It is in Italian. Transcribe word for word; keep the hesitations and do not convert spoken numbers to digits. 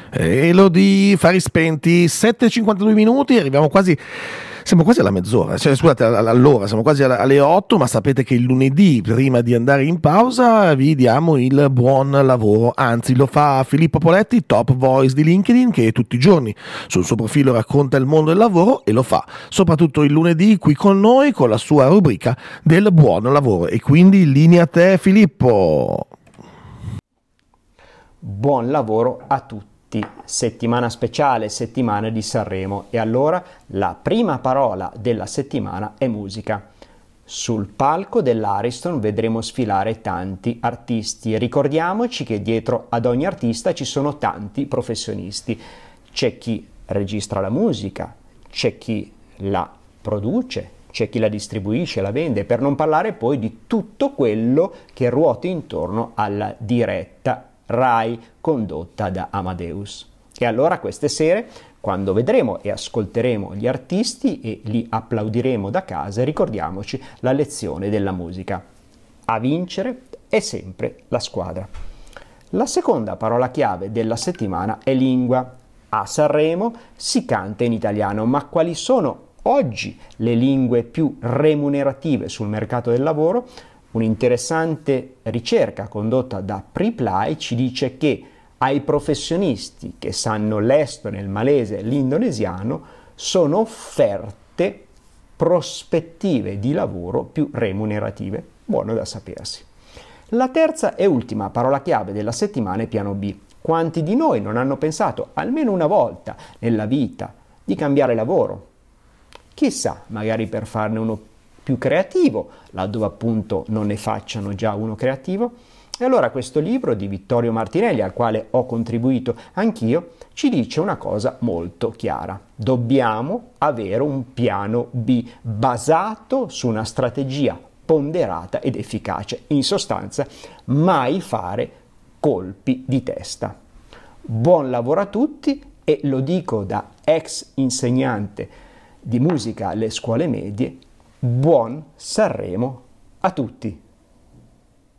Elodie, fari spenti, sette e cinquantadue minuti, arriviamo quasi, siamo quasi alla mezz'ora, cioè scusate, all'ora, siamo quasi alle otto, ma sapete che il lunedì, prima di andare in pausa, vi diamo il buon lavoro, anzi lo fa Filippo Poletti, top voice di LinkedIn, che tutti i giorni sul suo profilo racconta il mondo del lavoro e lo fa soprattutto il lunedì qui con noi con la sua rubrica del buon lavoro. E quindi linea a te, Filippo. Buon lavoro a tutti. Settimana speciale, settimana di Sanremo, e allora la prima parola della settimana è musica. Sul palco dell'Ariston vedremo sfilare tanti artisti e ricordiamoci che dietro ad ogni artista ci sono tanti professionisti. C'è chi registra la musica, c'è chi la produce, c'è chi la distribuisce, la vende, per non parlare poi di tutto quello che ruota intorno alla diretta Rai condotta da Amadeus. E allora queste sere, quando vedremo e ascolteremo gli artisti e li applaudiremo da casa, ricordiamoci la lezione della musica. A vincere è sempre la squadra. La seconda parola chiave della settimana è lingua. A Sanremo si canta in italiano, ma quali sono oggi le lingue più remunerative sul mercato del lavoro? Un'interessante ricerca condotta da Preply ci dice che ai professionisti che sanno l'estone, il malese e l'indonesiano sono offerte prospettive di lavoro più remunerative. Buono da sapersi. La terza e ultima parola chiave della settimana è piano B. Quanti di noi non hanno pensato almeno una volta nella vita di cambiare lavoro? Chissà, magari per farne uno più creativo, laddove appunto non ne facciano già uno creativo. E allora questo libro di Vittorio Martinelli, al quale ho contribuito anch'io, ci dice una cosa molto chiara. Dobbiamo avere un piano B basato su una strategia ponderata ed efficace. In sostanza, mai fare colpi di testa. Buon lavoro a tutti, e lo dico da ex insegnante di musica alle scuole medie, buon Sanremo a tutti!